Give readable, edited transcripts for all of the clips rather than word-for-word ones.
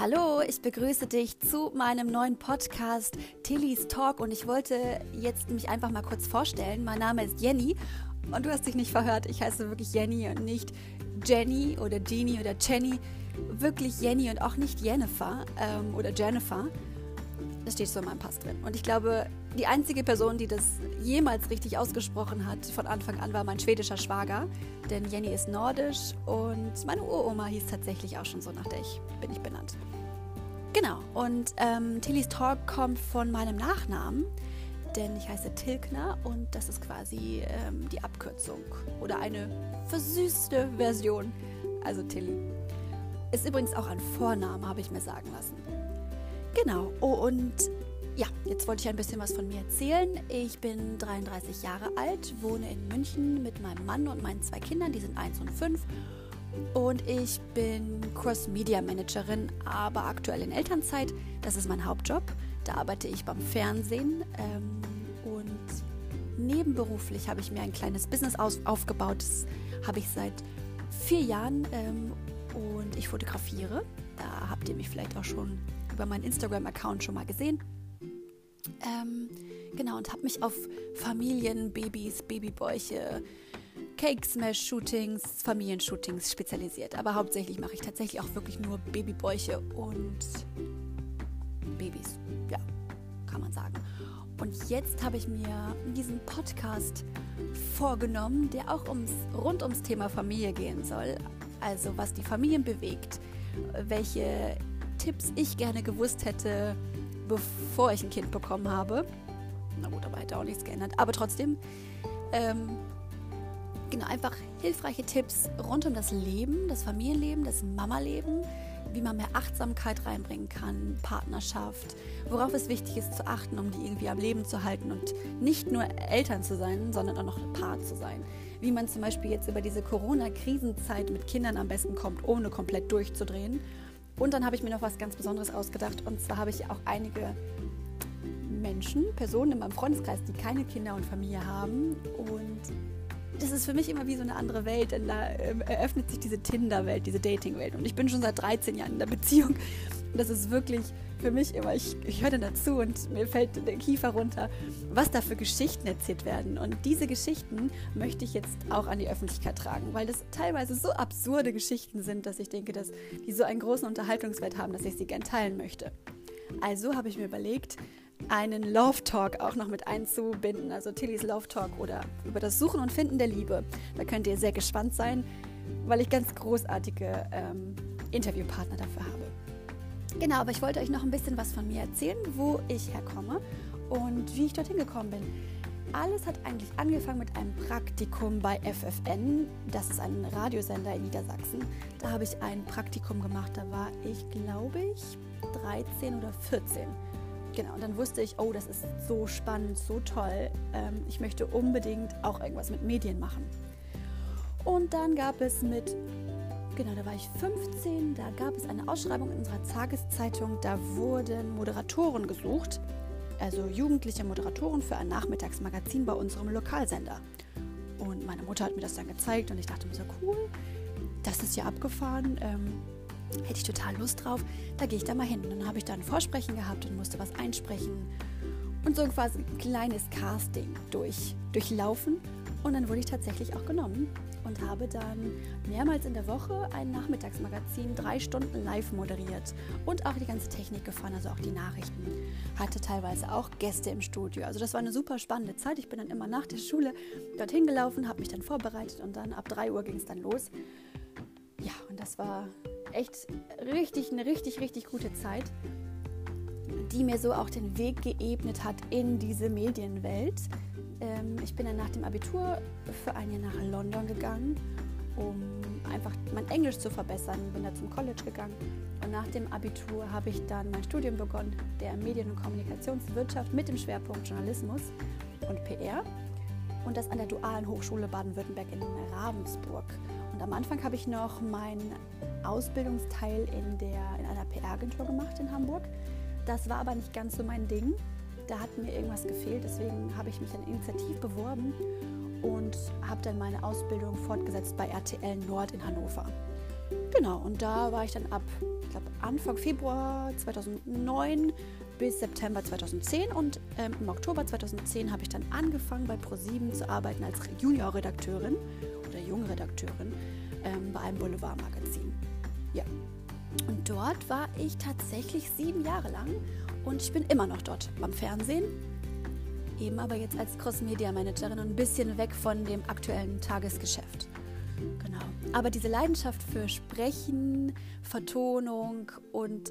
Hallo, ich begrüße dich zu meinem neuen Podcast Tillys Talk und ich wollte jetzt mich einfach mal kurz vorstellen. Mein Name ist Jenny und du hast dich nicht verhört, ich heiße wirklich Jenny und nicht Jenny oder Jeannie oder Jenny. Wirklich Jenny und auch nicht Jennifer oder Jennifer. Das steht so in meinem Pass drin. Und ich glaube, die einzige Person, die das jemals richtig ausgesprochen hat von Anfang an, war mein schwedischer Schwager. Denn Jenny ist nordisch und meine Uroma hieß tatsächlich auch schon so, nach der bin ich benannt. Genau, und Tillys Talk kommt von meinem Nachnamen, denn ich heiße Tilgner und das ist quasi die Abkürzung oder eine versüßte Version, also Tilly. Ist übrigens auch ein Vorname, habe ich mir sagen lassen. Genau, und ja, jetzt wollte ich ein bisschen was von mir erzählen. Ich bin 33 Jahre alt, wohne in München mit meinem Mann und meinen 2 Kindern, die sind 1 und 5. Und ich bin Cross-Media-Managerin, aber aktuell in Elternzeit. Das ist mein Hauptjob. Da arbeite ich beim Fernsehen. Und nebenberuflich habe ich mir ein kleines Business aufgebaut. Das habe ich seit 4 Jahren und ich fotografiere. Da habt ihr mich vielleicht auch schon über meinen Instagram-Account schon mal gesehen. Genau, und habe mich auf Familien, Babys, Babybäuche, Cake-Smash-Shootings, Familienshootings spezialisiert. Aber hauptsächlich mache ich tatsächlich auch wirklich nur Babybäuche und Babys. Ja, kann man sagen. Und jetzt habe ich mir diesen Podcast vorgenommen, der auch rund ums Thema Familie gehen soll. Also was die Familien bewegt, welche Tipps ich gerne gewusst hätte, bevor ich ein Kind bekommen habe. Na gut, aber hätte auch nichts geändert. Aber trotzdem, genau, einfach hilfreiche Tipps rund um das Leben, das Familienleben, das Mama-Leben, wie man mehr Achtsamkeit reinbringen kann, Partnerschaft, worauf es wichtig ist zu achten, um die irgendwie am Leben zu halten und nicht nur Eltern zu sein, sondern auch noch ein Paar zu sein. Wie man zum Beispiel jetzt über diese Corona-Krisenzeit mit Kindern am besten kommt, ohne komplett durchzudrehen. Und dann habe ich mir noch was ganz Besonderes ausgedacht. Und zwar habe ich auch einige Personen in meinem Freundeskreis, die keine Kinder und Familie haben. Und das ist für mich immer wie so eine andere Welt, denn da eröffnet sich diese Tinder-Welt, diese Dating-Welt. Und ich bin schon seit 13 Jahren in der Beziehung. Und das ist wirklich für mich immer, ich höre dann dazu und mir fällt der Kiefer runter, was da für Geschichten erzählt werden. Und diese Geschichten möchte ich jetzt auch an die Öffentlichkeit tragen, weil das teilweise so absurde Geschichten sind, dass ich denke, dass die so einen großen Unterhaltungswert haben, dass ich sie gern teilen möchte. Also habe ich mir überlegt, einen Love Talk auch noch mit einzubinden, also Tillys Love Talk oder über das Suchen und Finden der Liebe. Da könnt ihr sehr gespannt sein, weil ich ganz großartige Interviewpartner dafür habe. Genau, aber ich wollte euch noch ein bisschen was von mir erzählen, wo ich herkomme und wie ich dorthin gekommen bin. Alles hat eigentlich angefangen mit einem Praktikum bei FFN. Das ist ein Radiosender in Niedersachsen. Da habe ich ein Praktikum gemacht, da war ich, glaube ich, 13 oder 14. Genau, und dann wusste ich, oh, das ist so spannend, so toll. Ich möchte unbedingt auch irgendwas mit Medien machen. Und dann gab es da war ich 15, da gab es eine Ausschreibung in unserer Tageszeitung, da wurden Moderatoren gesucht, also jugendliche Moderatoren für ein Nachmittagsmagazin bei unserem Lokalsender. Und meine Mutter hat mir das dann gezeigt und ich dachte mir so, cool, das ist ja abgefahren, hätte ich total Lust drauf, da gehe ich da mal hin. Und dann habe ich da ein Vorsprechen gehabt und musste was einsprechen und so quasi ein kleines Casting durchlaufen und dann wurde ich tatsächlich auch genommen und habe dann mehrmals in der Woche ein Nachmittagsmagazin 3 Stunden live moderiert und auch die ganze Technik gefahren, also auch die Nachrichten. Hatte teilweise auch Gäste im Studio. Also das war eine super spannende Zeit. Ich bin dann immer nach der Schule dorthin gelaufen, habe mich dann vorbereitet und dann ab 3 Uhr ging es dann los. Ja, und das war echt eine richtig gute Zeit, die mir so auch den Weg geebnet hat in diese Medienwelt. Ich bin dann nach dem Abitur für ein Jahr nach London gegangen, um einfach mein Englisch zu verbessern. Bin da zum College gegangen und nach dem Abitur habe ich dann mein Studium begonnen, der Medien- und Kommunikationswirtschaft mit dem Schwerpunkt Journalismus und PR und das an der Dualen Hochschule Baden-Württemberg in Ravensburg. Und am Anfang habe ich noch meinen Ausbildungsteil in einer PR-Agentur gemacht in Hamburg. Das war aber nicht ganz so mein Ding. Da hat mir irgendwas gefehlt, deswegen habe ich mich dann initiativ beworben und habe dann meine Ausbildung fortgesetzt bei RTL Nord in Hannover. Genau, und da war ich dann ab, ich glaube, Anfang Februar 2009 bis September 2010 und im Oktober 2010 habe ich dann angefangen bei ProSieben zu arbeiten als Juniorredakteurin oder Jungredakteurin bei einem Boulevardmagazin. Ja, und dort war ich tatsächlich 7 Jahre lang und ich bin immer noch dort beim Fernsehen, eben aber jetzt als Cross-Media-Managerin und ein bisschen weg von dem aktuellen Tagesgeschäft. Genau. Aber diese Leidenschaft für Sprechen, Vertonung und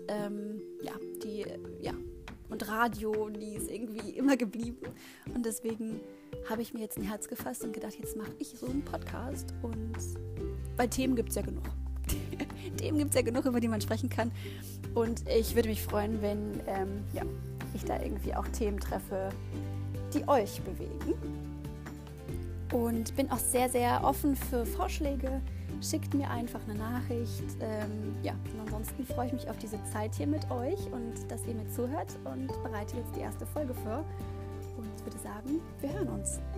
und Radio, die ist irgendwie immer geblieben. Und deswegen habe ich mir jetzt ein Herz gefasst und gedacht, jetzt mache ich so einen Podcast. Und bei Themen gibt es ja genug. Themen gibt es ja genug, über die man sprechen kann. Und ich würde mich freuen, wenn ich da irgendwie auch Themen treffe, die euch bewegen. Und bin auch sehr, sehr offen für Vorschläge. Schickt mir einfach eine Nachricht. Und ansonsten freue ich mich auf diese Zeit hier mit euch und dass ihr mir zuhört und bereite jetzt die erste Folge vor. Und würde sagen, wir hören uns.